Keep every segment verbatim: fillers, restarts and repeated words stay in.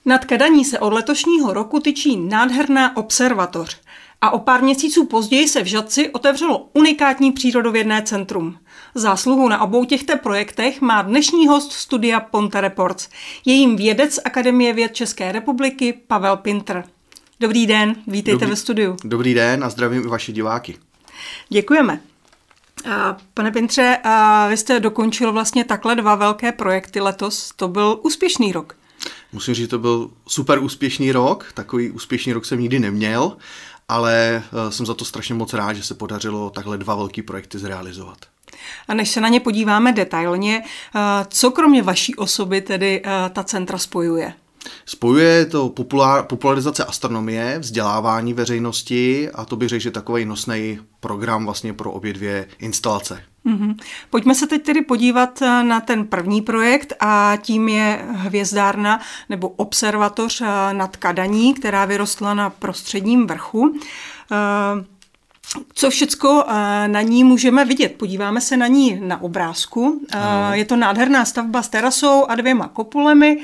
Nad Kadaní se od letošního roku tyčí nádherná observatoř a o pár měsíců později se v Žatci otevřelo unikátní přírodovědné centrum. Zásluhu na obou těchto projektech má dnešní host studia Ponte Reports, je jím vědec Akademie věd České republiky Pavel Pintr. Dobrý den, vítejte Dobrý, ve studiu. Dobrý den a zdravím i vaše diváky. Děkujeme. Pane Pintře, vy jste dokončil vlastně takhle dva velké projekty letos. To byl úspěšný rok. Musím říct, že to byl super úspěšný rok. Takový úspěšný rok jsem nikdy neměl, ale jsem za to strašně moc rád, že se podařilo takhle dva velký projekty zrealizovat. A než se na ně podíváme detailně, co kromě vaší osoby tedy ta centra spojuje? Spojuje to populár, popularizace astronomie, vzdělávání veřejnosti a to bych řekl, že takový nosný program vlastně pro obě dvě instalace. Mm-hmm. Pojďme se teď tedy podívat na ten první projekt a tím je hvězdárna nebo observatoř nad Kadaní, která vyrostla na prostředním vrchu. Co všecko na ní můžeme vidět? Podíváme se na ní na obrázku. Ano. Je to nádherná stavba s terasou a dvěma kopulemi.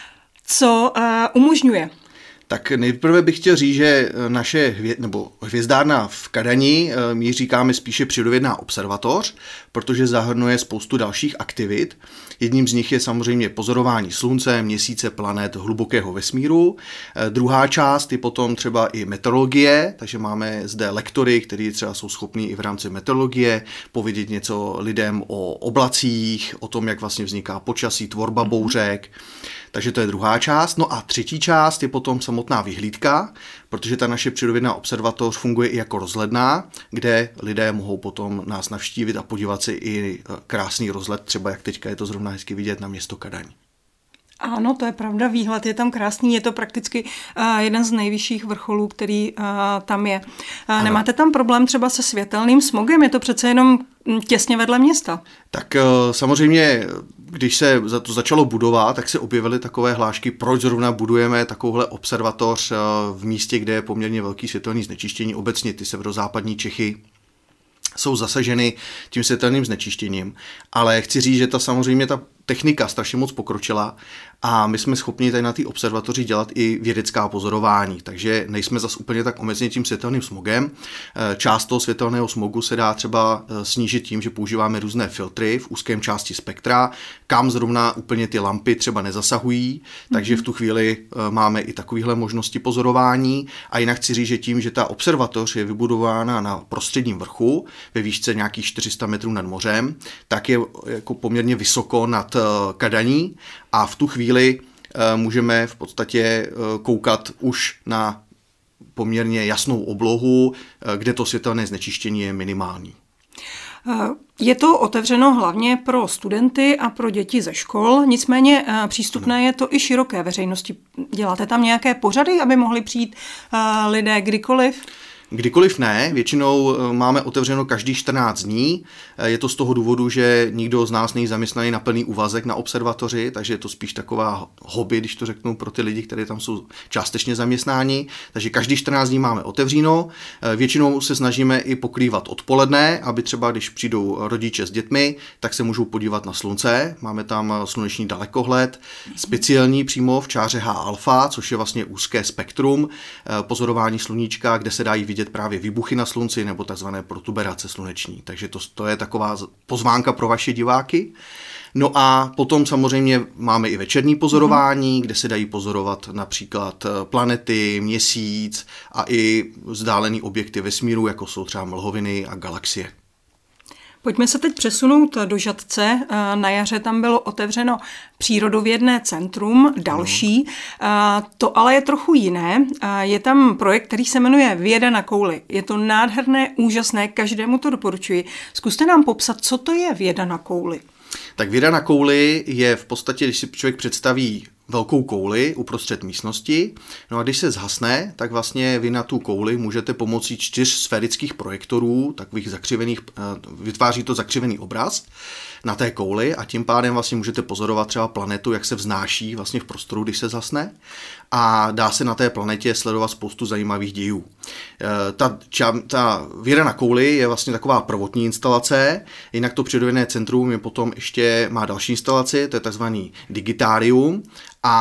Co uh, umožňuje? Tak nejprve bych chtěl říct, že naše hvě, nebo hvězdárna v Kadani, my ji říkáme spíše přírodovědná observatoř, protože zahrnuje spoustu dalších aktivit. Jedním z nich je samozřejmě pozorování slunce, měsíce, planet, hlubokého vesmíru. Druhá část je potom třeba i meteorologie, takže máme zde lektory, kteří třeba jsou schopní i v rámci meteorologie povědět něco lidem o oblacích, o tom, jak vlastně vzniká počasí, tvorba bouřek. Takže to je druhá část. No a třetí část je potom samotná vyhlídka, protože ta naše přírodovědná observatoř funguje i jako rozhledna, kde lidé mohou potom nás navštívit a podívat si i krásný rozhled, třeba jak teďka je to zrovna hezky vidět na město Kadaň. Ano, to je pravda, výhled je tam krásný, je to prakticky uh, jeden z nejvyšších vrcholů, který uh, tam je. Uh, nemáte tam problém třeba se světelným smogem, je to přece jenom těsně vedle města? Tak uh, samozřejmě, když se to začalo budovat, tak se objevily takové hlášky, proč zrovna budujeme takovouhle observatoř uh, v místě, kde je poměrně velký světelný znečištění, obecně ty severozápadní Čechy jsou zasaženy tím světelným znečištěním, ale chci říct, že ta samozřejmě ta technika strašně moc pokročila a my jsme schopni tady na té observatoři dělat i vědecká pozorování, takže nejsme zas úplně tak omezeni tím světelným smogem. Část toho světelného smogu se dá třeba snížit tím, že používáme různé filtry v úzkém části spektra, kam zrovna úplně ty lampy třeba nezasahují, takže v tu chvíli máme i takovéhle možnosti pozorování a jinak chci říct, že tím, že ta observatoř je vybudována na prostředním vrchu ve výšce nějakých čtyři sta metrů nad mořem, tak je jako poměrně vysoko nad Kadaní a v tu chvíli můžeme v podstatě koukat už na poměrně jasnou oblohu, kde to světelné znečištění je minimální. Je to otevřeno hlavně pro studenty a pro děti ze škol, nicméně přístupné je to i široké veřejnosti. Děláte tam nějaké pořady, aby mohli přijít lidé kdykoliv? Kdykoliv ne, většinou máme otevřeno každý čtrnáct dní. Je to z toho důvodu, že nikdo z nás není zaměstnaný na plný úvazek na observatoři, takže je to spíš taková hobby, když to řeknu, pro ty lidi, kteří tam jsou částečně zaměstnáni. Takže každý čtrnáct dní máme otevřeno. Většinou se snažíme i pokrývat odpoledne, aby třeba když přijdou rodiče s dětmi, tak se můžou podívat na slunce. Máme tam sluneční dalekohled, speciální přímo v čáře H alfa, což je vlastně úzké spektrum pozorování sluníčka, kde se dají vidět právě výbuchy na slunci nebo takzvané protuberace sluneční. Takže to, to je taková pozvánka pro vaše diváky. No a potom samozřejmě máme i večerní pozorování, kde se dají pozorovat například planety, měsíc a i vzdálený objekty vesmíru, jako jsou třeba mlhoviny a galaxie. Pojďme se teď přesunout do Žatce. Na jaře tam bylo otevřeno přírodovědné centrum, další. No. To ale je trochu jiné. Je tam projekt, který se jmenuje Věda na kouli. Je to nádherné, úžasné, každému to doporučuji. Zkuste nám popsat, co to je věda na kouli. Tak věda na kouli je v podstatě, když si člověk představí velkou kouli uprostřed místnosti. No a když se zhasne, tak vlastně vy na tu kouli můžete pomocí čtyř sférických projektorů, takových zakřivených, vytváří to zakřivený obraz na té kouli a tím pádem vlastně můžete pozorovat třeba planetu, jak se vznáší vlastně v prostoru, když se zhasne, a dá se na té planetě sledovat spoustu zajímavých dějů. Ta, ča, ta věda na kouli je vlastně taková prvotní instalace, jinak to přírodovědné centrum je potom ještě má další instalaci, to je takzvaný digitárium, a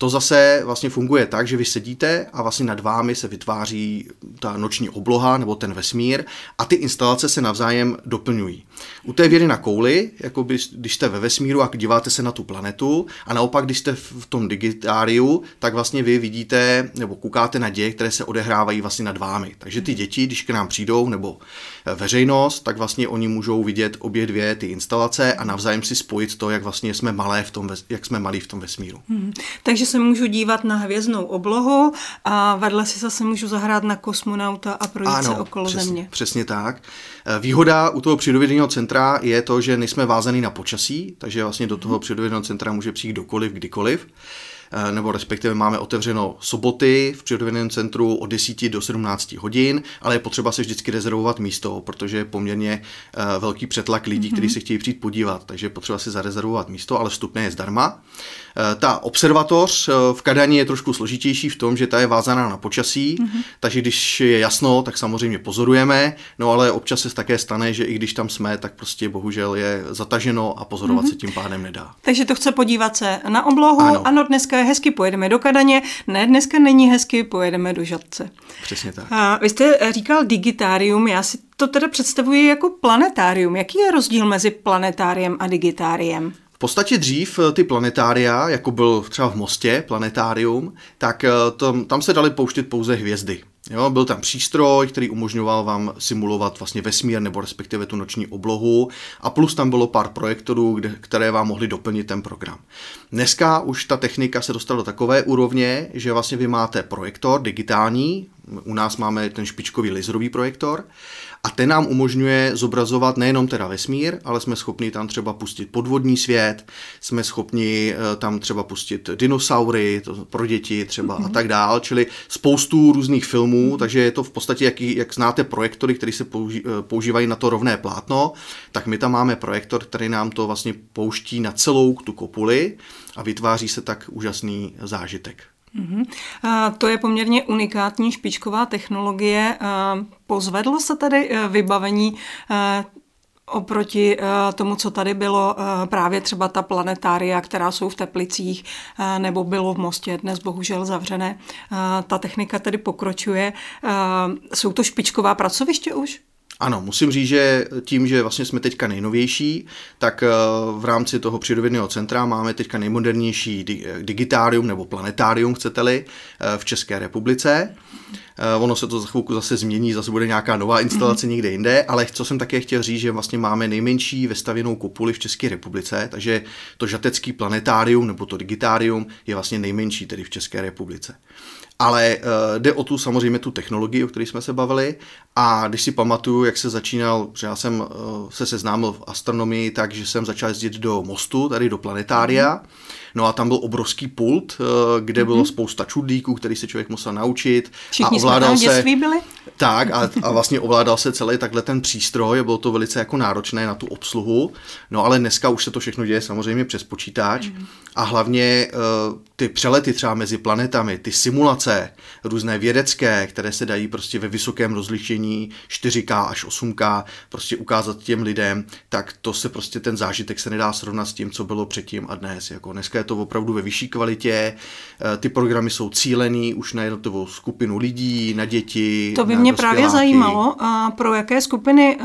To zase vlastně funguje tak, že vy sedíte a vlastně nad vámi se vytváří ta noční obloha nebo ten vesmír a ty instalace se navzájem doplňují. U té věry na kouli, jako by, když jste ve vesmíru a díváte se na tu planetu a naopak, když jste v tom digitáriu, tak vlastně vy vidíte nebo koukáte na děje, které se odehrávají vlastně nad vámi. Takže ty děti, když k nám přijdou nebo veřejnost, tak vlastně oni můžou vidět obě dvě ty instalace a navzájem si spojit to, jak vlastně jsme malé v tom, jak jsme malí v tom vesmíru. Hmm. Takže se můžu dívat na hvězdnou oblohu a vedle si zase můžu zahrát na kosmonauta a projít ano, se okolo přesně, Země. Přesně tak. Výhoda u toho přírodovědného centra je to, že nejsme vázaný na počasí, takže vlastně do toho přírodovědného centra může přijít kdokoliv, kdykoliv. Nebo respektive máme otevřeno soboty v přírodovědném centru od deseti do sedmnácti hodin, ale je potřeba se vždycky rezervovat místo, protože je poměrně velký přetlak lidí, mm-hmm. kteří se chtějí přijít podívat, takže je potřeba si zarezervovat místo, ale vstupné je zdarma. Ta observatoř v Kadani je trošku složitější v tom, že ta je vázaná na počasí, mm-hmm. takže když je jasno, tak samozřejmě pozorujeme, no ale občas se také stane, že i když tam jsme, tak prostě bohužel je zataženo a pozorovat mm-hmm. se tím pádem nedá. Takže to chce podívat se na oblohu, ano, ano dneska je hezky, pojedeme do Kadaně, ne, dneska není hezky, pojedeme do Žatce. Přesně tak. A vy jste říkal digitárium, já si to teda představuji jako planetárium. Jaký je rozdíl mezi planetáriem a digitáriem? V podstatě dřív ty planetária, jako byl třeba v Mostě planetárium, tak tam, tam se daly pouštět pouze hvězdy. Jo, byl tam přístroj, který umožňoval vám simulovat vlastně vesmír nebo respektive tu noční oblohu a plus tam bylo pár projektorů, kde, které vám mohly doplnit ten program. Dneska už ta technika se dostala do takové úrovně, že vlastně vy máte projektor digitální, u nás máme ten špičkový laserový projektor a ten nám umožňuje zobrazovat nejenom teda vesmír, ale jsme schopni tam třeba pustit podvodní svět, jsme schopni tam třeba pustit dinosaury to pro děti třeba mm-hmm. a tak dál, čili spoustu různých filmů, mm-hmm. takže je to v podstatě, jak, jak znáte projektory, které se použi, používají na to rovné plátno, tak my tam máme projektor, který nám to vlastně pouští na celou tu kopuli a vytváří se tak úžasný zážitek. Uhum. A to je poměrně unikátní špičková technologie. A pozvedlo se tady vybavení oproti tomu, co tady bylo, právě třeba ta planetária, která jsou v Teplicích, nebo bylo v Mostě, dnes bohužel zavřené. Ta technika tedy pokročuje. Jsou to špičková pracoviště už? Ano, musím říct, že tím, že vlastně jsme teďka nejnovější, tak v rámci toho přírodovědného centra máme teďka nejmodernější digitárium nebo planetárium, chcete-li, v České republice. Ono se to za chvilku zase změní, zase bude nějaká nová instalace mm-hmm. někde jinde, ale co jsem také chtěl říct, že vlastně máme nejmenší vestavěnou kopuli v České republice, takže to žatecký planetárium nebo to digitárium je vlastně nejmenší tedy v České republice. Ale uh, jde o tu samozřejmě tu technologii, o které jsme se bavili a když si pamatuju, jak se začínal, že já jsem uh, se seznámil v astronomii, takže jsem začal jezdit do Mostu, tady do planetária, mm. no a tam byl obrovský pult, uh, kde mm. bylo spousta čudlíků, který se člověk musel naučit. Všichni a ovládal jsme tam dětství byli? Tak a, a vlastně ovládal se celý takhle ten přístroj, bylo to velice jako náročné na tu obsluhu, no ale dneska už se to všechno děje samozřejmě přes počítač mm. a hlavně uh, ty přelety třeba mezi planetami, ty simulace, různé vědecké, které se dají prostě ve vysokém rozlišení čtyři ká až osm ká prostě ukázat těm lidem, tak to se prostě ten zážitek se nedá srovnat s tím, co bylo předtím a dnes. Jako dneska je to opravdu ve vyšší kvalitě, ty programy jsou cílený už na jednotlivou skupinu lidí, na děti. To by mě právě zajímalo, a pro jaké skupiny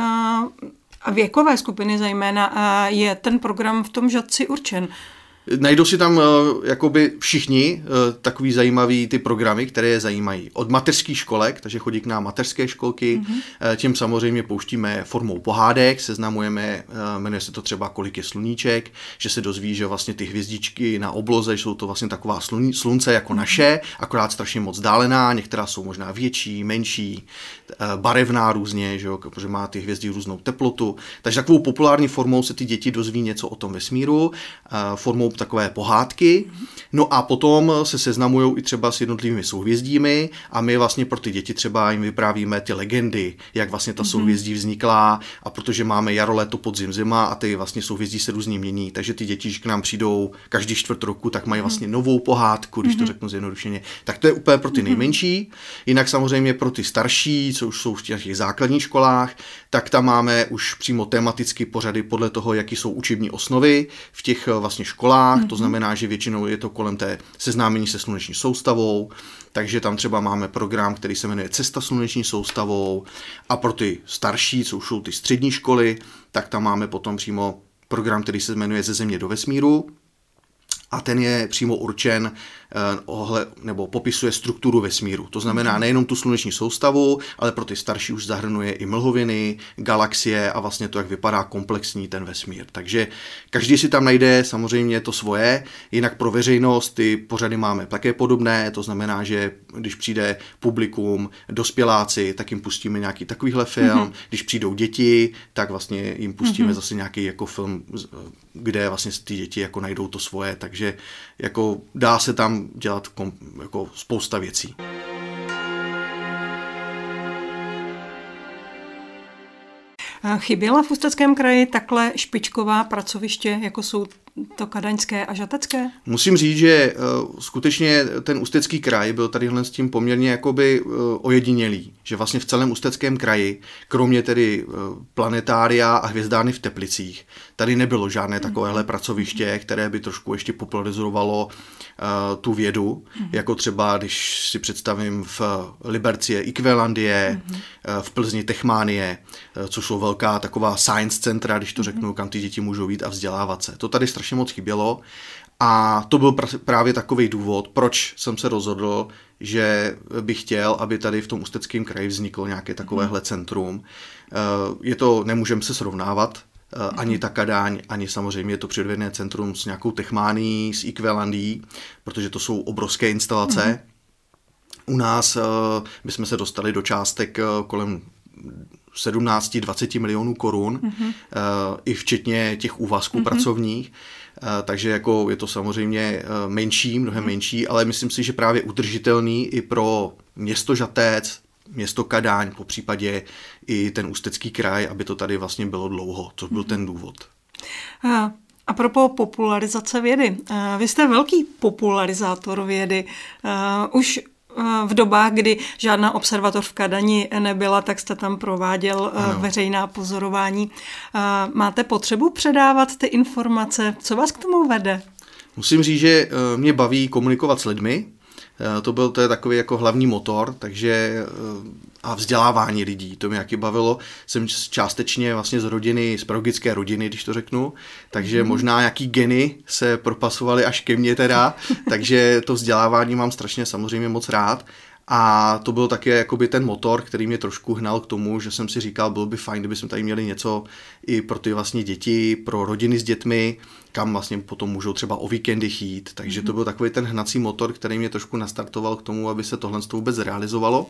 a věkové skupiny zejména je ten program v tom Žatci určen. Najdou si tam uh, jakoby všichni uh, takový zajímavý ty programy, které je zajímají. Od mateřských školek, takže chodí k nám mateřské školky, mm-hmm. uh, tím samozřejmě pouštíme formou pohádek, seznamujeme, uh, jmenuje se to třeba Kolik je sluníček, že se dozví, že vlastně ty hvězdičky na obloze jsou to vlastně taková sluní, slunce jako mm-hmm. naše, akorát strašně moc dálená, některá jsou možná větší, menší, uh, barevná různě, že jo, protože má ty hvězdy různou teplotu. Takže takovou populární formou se ty děti dozví něco o tom vesmíru, uh, formou takové pohádky, no a potom se seznamujou i třeba s jednotlivými souhvězdími a my vlastně pro ty děti třeba jim vyprávíme ty legendy, jak vlastně ta souhvězdí vznikla a protože máme jaro, léto, podzim, zima a ty vlastně souhvězdí se různě mění, takže ty děti, když k nám přijdou každý čtvrt roku, tak mají vlastně novou pohádku, když to řeknu zjednodušeně. Tak to je úplně pro ty nejmenší, jinak samozřejmě pro ty starší, co už jsou v těch základních školách, tak tam máme už přímo tematicky pořady podle toho, jaký jsou učební osnovy v těch vlastně školách. školách, mm-hmm. to znamená, že většinou je to kolem té seznámení se sluneční soustavou, takže tam třeba máme program, který se jmenuje Cesta sluneční soustavou a pro ty starší, co už jsou ty střední školy, tak tam máme potom přímo program, který se jmenuje Ze země do vesmíru a ten je přímo určen eh, ohle, nebo popisuje strukturu vesmíru. To znamená nejenom tu sluneční soustavu, ale pro ty starší už zahrnuje i mlhoviny, galaxie a vlastně to, jak vypadá komplexní ten vesmír. Takže každý si tam najde samozřejmě to svoje, jinak pro veřejnost ty pořady máme také podobné, to znamená, že když přijde publikum, dospěláci, tak jim pustíme nějaký takovýhle film, mm-hmm. když přijdou děti, tak vlastně jim pustíme mm-hmm. zase nějaký jako film, kde vlastně ty děti jako najdou to svoje, takže jako dá se tam dělat kom, jako spousta věcí. Chyběla v Ústeckém kraji takhle špičková pracoviště, jako jsou to kadaňské a žatecké? Musím říct, že uh, skutečně ten Ústecký kraj byl tadyhle s tím poměrně jakoby uh, ojedinělý, že vlastně v celém Ústeckém kraji, kromě tedy uh, planetária a hvězdárny v Teplicích, tady nebylo žádné takovéhle pracoviště, které by trošku ještě popularizovalo uh, tu vědu, mm. jako třeba, když si představím v Liberci je Ikvelandie, mm. uh, v Plzni Techmánie, uh, což jsou velká taková science centra, když to řeknu, kam ty děti můžou jít a vzdělávat se. To tady strašně moc chybělo a to byl pr- právě takový důvod, proč jsem se rozhodl, že bych chtěl, aby tady v tom Ústeckém kraji vzniklo nějaké takovéhle centrum. Uh, je to, nemůžeme se srovnávat, Uh, ani ta Kadaň, ani samozřejmě je to přírodovědné centrum s nějakou Techmánií, s Ikvelandií, protože to jsou obrovské instalace. Mm-hmm. U nás uh, bychom se dostali do částek uh, kolem sedmnáct dvacet milionů korun, mm-hmm. uh, i včetně těch úvazků mm-hmm. pracovních. Uh, takže jako je to samozřejmě uh, menší, mnohem mm-hmm. menší, ale myslím si, že právě udržitelný i pro město Žatec, město Kadaň, po případě i ten Ústecký kraj, aby to tady vlastně bylo dlouho, což byl ten důvod. A, a propos popularizace vědy. Vy jste velký popularizátor vědy. Už v dobách, kdy žádná observatoř v Kadani nebyla, tak jste tam prováděl ano. veřejná pozorování. Máte potřebu předávat ty informace? Co vás k tomu vede? Musím říct, že mě baví komunikovat s lidmi. To byl to je takový jako hlavní motor, takže a vzdělávání lidí, to mě taky bavilo. Jsem částečně vlastně z rodiny, z pedagogické rodiny, když to řeknu, takže mm. možná nějaký geny se propasovaly až ke mně teda, takže to vzdělávání mám strašně samozřejmě moc rád. A to byl také jakoby ten motor, který mě trošku hnal k tomu, že jsem si říkal, bylo by fajn, kdyby jsme tady měli něco i pro ty vlastně děti, pro rodiny s dětmi, kam vlastně potom můžou třeba o víkendy jít. Takže mm-hmm. to byl takový ten hnací motor, který mě trošku nastartoval k tomu, aby se tohle vůbec realizovalo.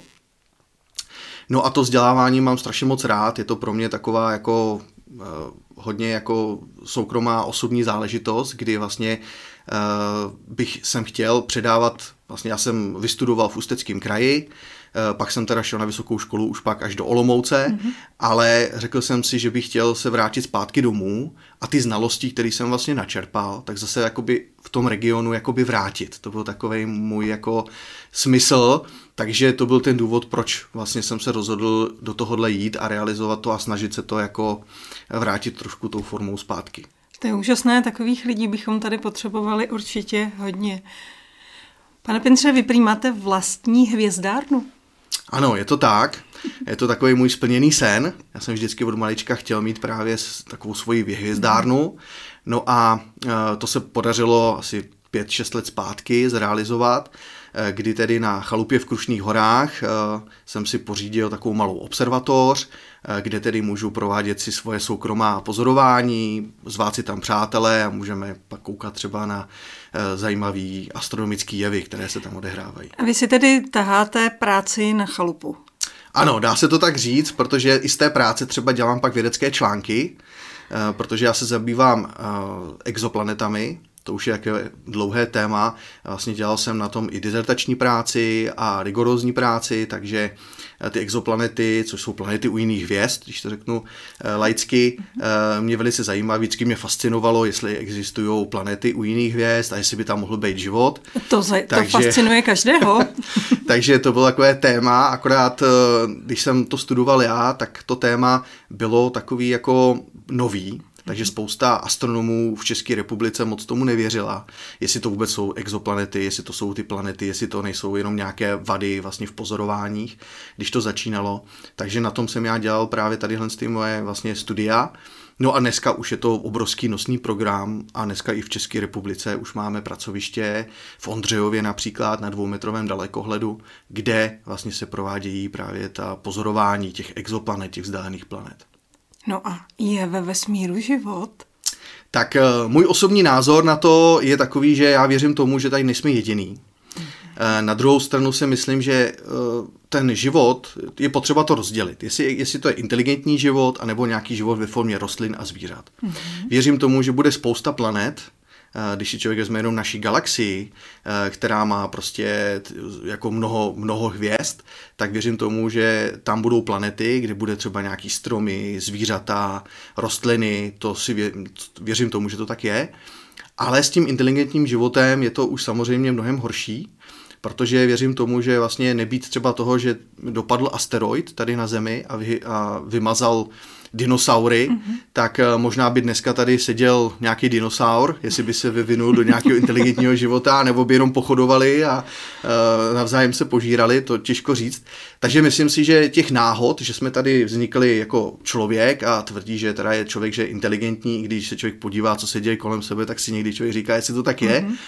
No a to vzdělávání mám strašně moc rád, je to pro mě taková jako eh, hodně jako soukromá osobní záležitost, kdy vlastně eh, bych jsem chtěl předávat, vlastně já jsem vystudoval v Ústeckém kraji, eh, pak jsem teda šel na vysokou školu už pak až do Olomouce, mm-hmm. ale řekl jsem si, že bych chtěl se vrátit zpátky domů a ty znalosti, které jsem vlastně načerpal, tak zase jakoby v tom regionu jakoby vrátit. To byl takovej můj jako smysl, takže to byl ten důvod, proč vlastně jsem se rozhodl do tohohle jít a realizovat to a snažit se to jako vrátit trošku tou formou zpátky. To je úžasné, takových lidí bychom tady potřebovali určitě hodně. Pane Pintře, vy prý máte vlastní hvězdárnu? Ano, je to tak. Je to takový můj splněný sen. Já jsem vždycky od malička chtěl mít právě takovou svoji hvězdárnu. No a to se podařilo asi pět šest let zpátky zrealizovat, kdy tedy na chalupě v Krušných horách jsem si pořídil takovou malou observatoř, kde tedy můžu provádět si svoje soukromá pozorování, zvát si tam přátelé a můžeme pak koukat třeba na zajímavý astronomický jevy, které se tam odehrávají. A vy si tedy taháte práci na chalupu? Ano, dá se to tak říct, protože i z té práce třeba dělám pak vědecké články, protože já se zabývám exoplanetami. To už je jaké dlouhé téma. Vlastně dělal jsem na tom i dizertační práci a rigorózní práci, takže ty exoplanety, což jsou planety u jiných hvězd, když to řeknu laicky, mě velice zajímá, vždycky mě fascinovalo, jestli existují planety u jiných hvězd a jestli by tam mohl být život. To, za, takže, to fascinuje každého. Takže to bylo takové téma, akorát když jsem to studoval já, tak to téma bylo takový jako nový, Takže spousta astronomů v České republice moc tomu nevěřila, jestli to vůbec jsou exoplanety, jestli to jsou ty planety, jestli to nejsou jenom nějaké vady vlastně v pozorováních, když to začínalo. Takže na tom jsem já dělal právě tadyhle ty moje vlastně studia. No a dneska už je to obrovský nosný program a dneska i v České republice už máme pracoviště v Ondřejově například na dvoumetrovém dalekohledu, kde vlastně se provádějí právě ta pozorování těch exoplanet, těch vzdálených planet. No a je ve vesmíru život? Tak můj osobní názor na to je takový, že já věřím tomu, že tady nejsme jediný. Na druhou stranu si myslím, že ten život, je potřeba to rozdělit. Jestli, jestli to je inteligentní život, anebo nějaký život ve formě rostlin a zvířat. Mm-hmm. Věřím tomu, že bude spousta planet, když si člověk vezme jenom naší galaxii, která má prostě jako mnoho, mnoho hvězd, tak věřím tomu, že tam budou planety, kde bude třeba nějaký stromy, zvířata, rostliny, to si vě, věřím tomu, že to tak je. Ale s tím inteligentním životem je to už samozřejmě mnohem horší, protože věřím tomu, že vlastně nebýt třeba toho, že dopadl asteroid tady na Zemi a, vy, a vymazal dinosaury, mm-hmm. tak možná by dneska tady seděl nějaký dinosaur, jestli by se vyvinul do nějakého inteligentního života, nebo by jenom pochodovali a uh, navzájem se požírali, to těžko říct. Takže myslím si, že těch náhod, že jsme tady vznikli jako člověk a tvrdí, že teda je člověk, že je inteligentní, i když se člověk podívá, co se děje kolem sebe, tak si někdy člověk říká, jestli to tak je. Mm-hmm.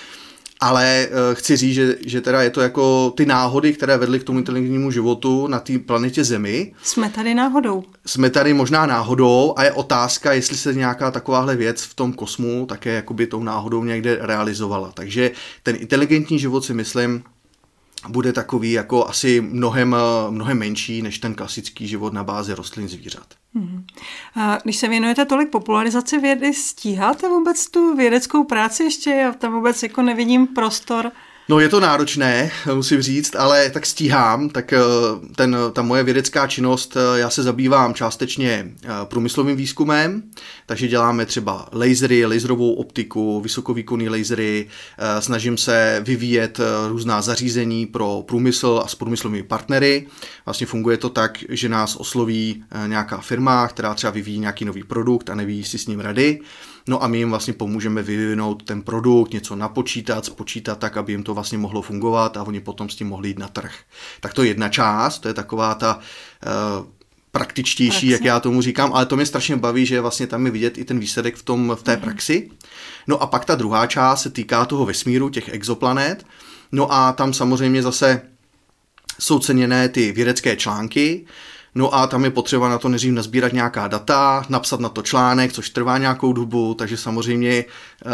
Ale uh, chci říct, že, že teda je to jako ty náhody, které vedly k tomu inteligentnímu životu na té planetě Zemi. Jsme tady náhodou. Jsme tady možná náhodou a je otázka, jestli se nějaká takováhle věc v tom kosmu také jakoby tou náhodou někde realizovala. Takže ten inteligentní život si myslím, bude takový jako asi mnohem, mnohem menší než ten klasický život na bázi rostlin zvířat. Hmm. A když se věnujete tolik popularizaci vědy, stíháte vůbec tu vědeckou práci ještě? Já tam vůbec jako nevidím prostor. No je to náročné, musím říct, ale tak stíhám, tak ten, ta moje vědecká činnost, já se zabývám částečně průmyslovým výzkumem, takže děláme třeba lasery, laserovou optiku, vysokovýkonný lasery, snažím se vyvíjet různá zařízení pro průmysl a s průmyslovými partnery. Vlastně funguje to tak, že nás osloví nějaká firma, která třeba vyvíjí nějaký nový produkt a neví si s ním rady. No a my jim vlastně pomůžeme vyvinout ten produkt, něco napočítat, spočítat tak, aby jim to vlastně mohlo fungovat a oni potom s tím mohli jít na trh. Tak to je jedna část, to je taková ta uh, praktičtější, praxi. Jak já tomu říkám, ale to mě strašně baví, že vlastně tam je vidět i ten výsledek v, tom, v té mm. praxi. No a pak ta druhá část se týká toho vesmíru, těch exoplanet. No a tam samozřejmě zase jsou ceněné ty vědecké články. No a tam je potřeba na to nejdřív nazbírat nějaká data, napsat na to článek, což trvá nějakou dobu, takže samozřejmě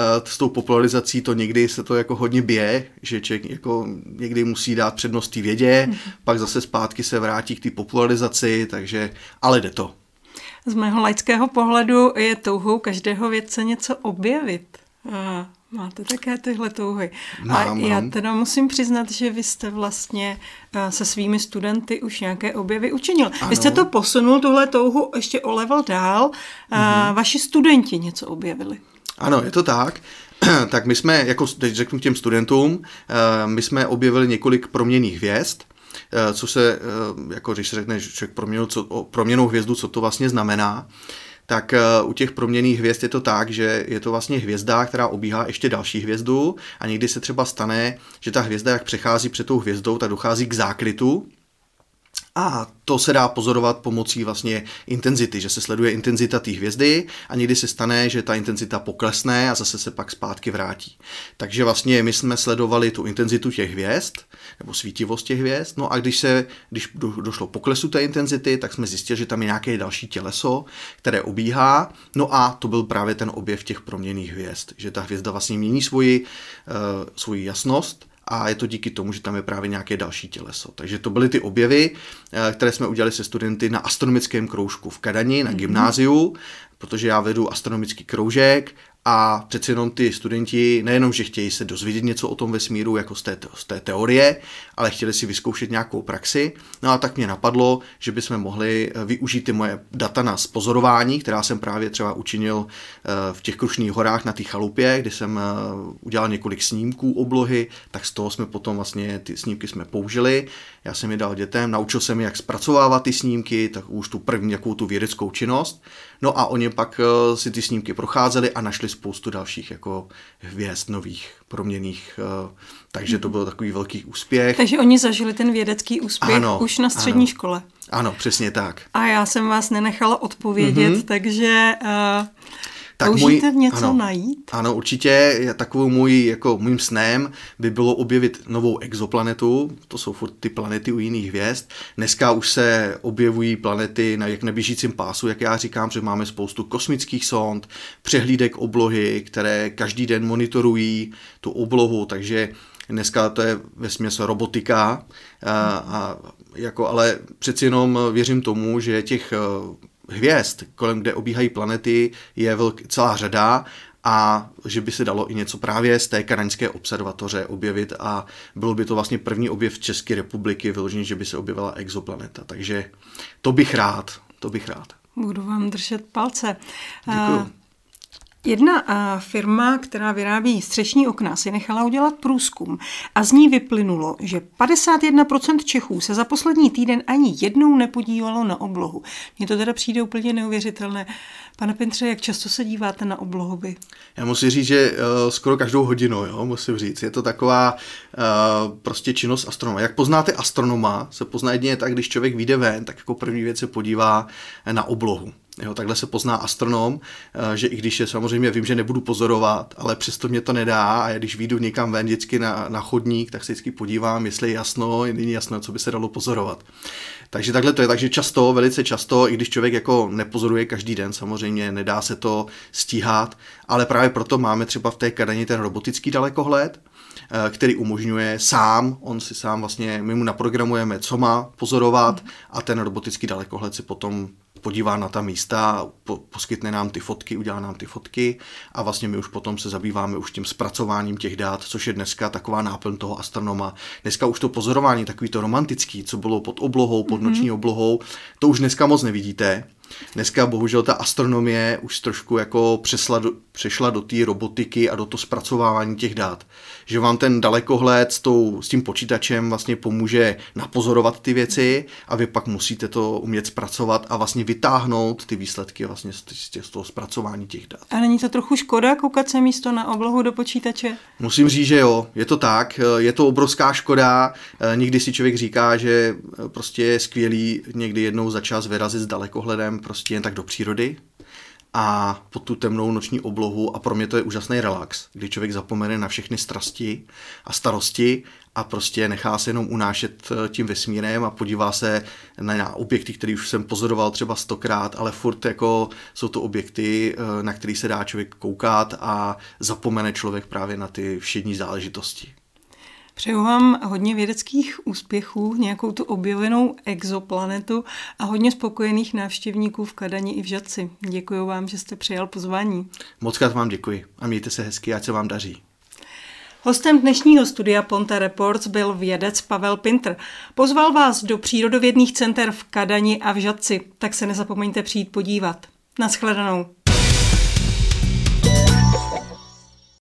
s tou popularizací to někdy se to jako hodně bije, že člověk jako někdy musí dát přednost té vědě, mm. pak zase zpátky se vrátí k té popularizaci, takže ale jde to. Z mého laického pohledu je touhou každého vědce něco objevit. A máte také tyhle touhy. Mám, a já teda musím přiznat, že vy jste vlastně se svými studenty už nějaké objevy učinil. Ano. Vy jste to posunul, tuhle touhu ještě o level dál. Mm-hmm. Vaši studenti něco objevili. Ano, je to tak. Tak my jsme, jako teď řeknu těm studentům, my jsme objevili několik proměnných hvězd, co se, jako když se řekne, že člověk proměnil, co, proměnou hvězdu, co to vlastně znamená. Tak u těch proměnných hvězd je to tak, že je to vlastně hvězda, která obíhá ještě další hvězdu a někdy se třeba stane, že ta hvězda, jak přechází před tou hvězdou, tak dochází k záklitu a to se dá pozorovat pomocí vlastně intenzity, že se sleduje intenzita té hvězdy a někdy se stane, že ta intenzita poklesne a zase se pak zpátky vrátí. Takže vlastně my jsme sledovali tu intenzitu těch hvězd, nebo svítivost těch hvězd, no a když se, když došlo poklesu té intenzity, tak jsme zjistili, že tam je nějaké další těleso, které obíhá, no a to byl právě ten objev těch proměnných hvězd, že ta hvězda vlastně mění svoji, uh, svoji jasnost, a je to díky tomu, že tam je právě nějaké další těleso. Takže to byly ty objevy, které jsme udělali se studenty na astronomickém kroužku v Kadani, na gymnáziu, protože já vedu astronomický kroužek A přeci jenom ty studenti nejenom, že chtějí se dozvědět něco o tom vesmíru jako z té, z té teorie, ale chtěli si vyzkoušet nějakou praxi. No a tak mě napadlo, že bychom mohli využít ty moje data na pozorování, která jsem právě třeba učinil v těch Krušných horách na té chalupě, kdy jsem udělal několik snímků oblohy, tak z toho jsme potom vlastně ty snímky jsme použili. Já jsem je dal dětem, naučil jsem je, jak zpracovávat ty snímky, tak už tu první jakou tu vědeckou činnost. No a oni pak si ty snímky procházeli a našli spoustu dalších jako hvězd nových, proměnných, takže to byl takový velký úspěch. Takže oni zažili ten vědecký úspěch ano, už na střední ano. škole. Ano, přesně tak. A já jsem vás nenechala odpovědět, mm-hmm. takže uh, tak toužíte můj, něco ano, najít? Ano, určitě. Takovou můj, jako mým snem by bylo objevit novou exoplanetu. To jsou furt ty planety u jiných hvězd. Dneska už se objevují planety na jak neběžícím pásu, jak já říkám, že máme spoustu kosmických sond, přehlídek oblohy, které každý den monitorují tu oblohu, takže dneska to je vesměs robotika, a, a jako, ale přeci jenom věřím tomu, že těch hvězd, kolem kde obíhají planety, je velk, celá řada a že by se dalo i něco právě z té kadaňské observatoře objevit a bylo by to vlastně první objev České republiky, vyloženě, že by se objevila exoplaneta. Takže to bych rád, to bych rád. Budu vám držet palce. Děkuju. Uh... Jedna firma, která vyrábí střešní okna, si nechala udělat průzkum a z ní vyplynulo, že padesát jedna procent Čechů se za poslední týden ani jednou nepodívalo na oblohu. Mně to teda přijde úplně neuvěřitelné. Pane Pintře, jak často se díváte na oblohu vy? Já musím říct, že uh, skoro každou hodinu, jo, musím říct. Je to taková uh, prostě činnost astronoma. Jak poznáte astronoma, se pozná jedině tak, když člověk vyjde ven, tak jako první věc se podívá na oblohu. Jo, takhle se pozná astronom, že i když je samozřejmě vím, že nebudu pozorovat, ale přesto mě to nedá a já když vyjdu někam ven vždycky na, na chodník, tak se vždycky podívám, jestli je jasno, není jasno, co by se dalo pozorovat. Takže takhle to je, takže často, velice často, i když člověk jako nepozoruje každý den, samozřejmě nedá se to stíhat, ale právě proto máme třeba v té Kadani ten robotický dalekohled, který umožňuje sám, on si sám vlastně, my mu naprogramujeme, co má pozorovat a ten robotický dalekohled si potom podívá na ta místa, po, poskytne nám ty fotky, udělá nám ty fotky a vlastně my už potom se zabýváme už tím zpracováním těch dat, což je dneska taková náplň toho astronoma. Dneska už to pozorování, takový to romantický, co bylo pod oblohou, pod noční oblohou, to už dneska moc nevidíte. Dneska bohužel ta astronomie už trošku jako přešla do, přešla do té robotiky a do toho zpracovávání těch dat. Že vám ten dalekohled s, tou, s tím počítačem vlastně pomůže napozorovat ty věci a vy pak musíte to umět zpracovat a vlastně vytáhnout ty výsledky vlastně z, z toho zpracování těch dat. A není to trochu škoda koukat se místo na oblohu do počítače? Musím říct, že jo, je to tak, je to obrovská škoda, někdy si člověk říká, že prostě je skvělý někdy jednou za čas vyrazit s dalekohledem prostě jen tak do přírody a pod tu temnou noční oblohu a pro mě to je úžasný relax, kdy člověk zapomene na všechny strasti a starosti a prostě nechá se jenom unášet tím vesmírem a podívá se na objekty, které už jsem pozoroval třeba stokrát, ale furt jako jsou to objekty, na které se dá člověk koukat a zapomene člověk právě na ty všední záležitosti. Přeju vám hodně vědeckých úspěchů, nějakou tu objevenou exoplanetu a hodně spokojených návštěvníků v Kadani i v Žatci. Děkuji vám, že jste přijal pozvání. Mockrát vám děkuji a mějte se hezky, ať se vám daří. Hostem dnešního studia Ponte Reports byl vědec Pavel Pintr. Pozval vás do přírodovědných center v Kadani a v Žatci, tak se nezapomeňte přijít podívat. Naschledanou.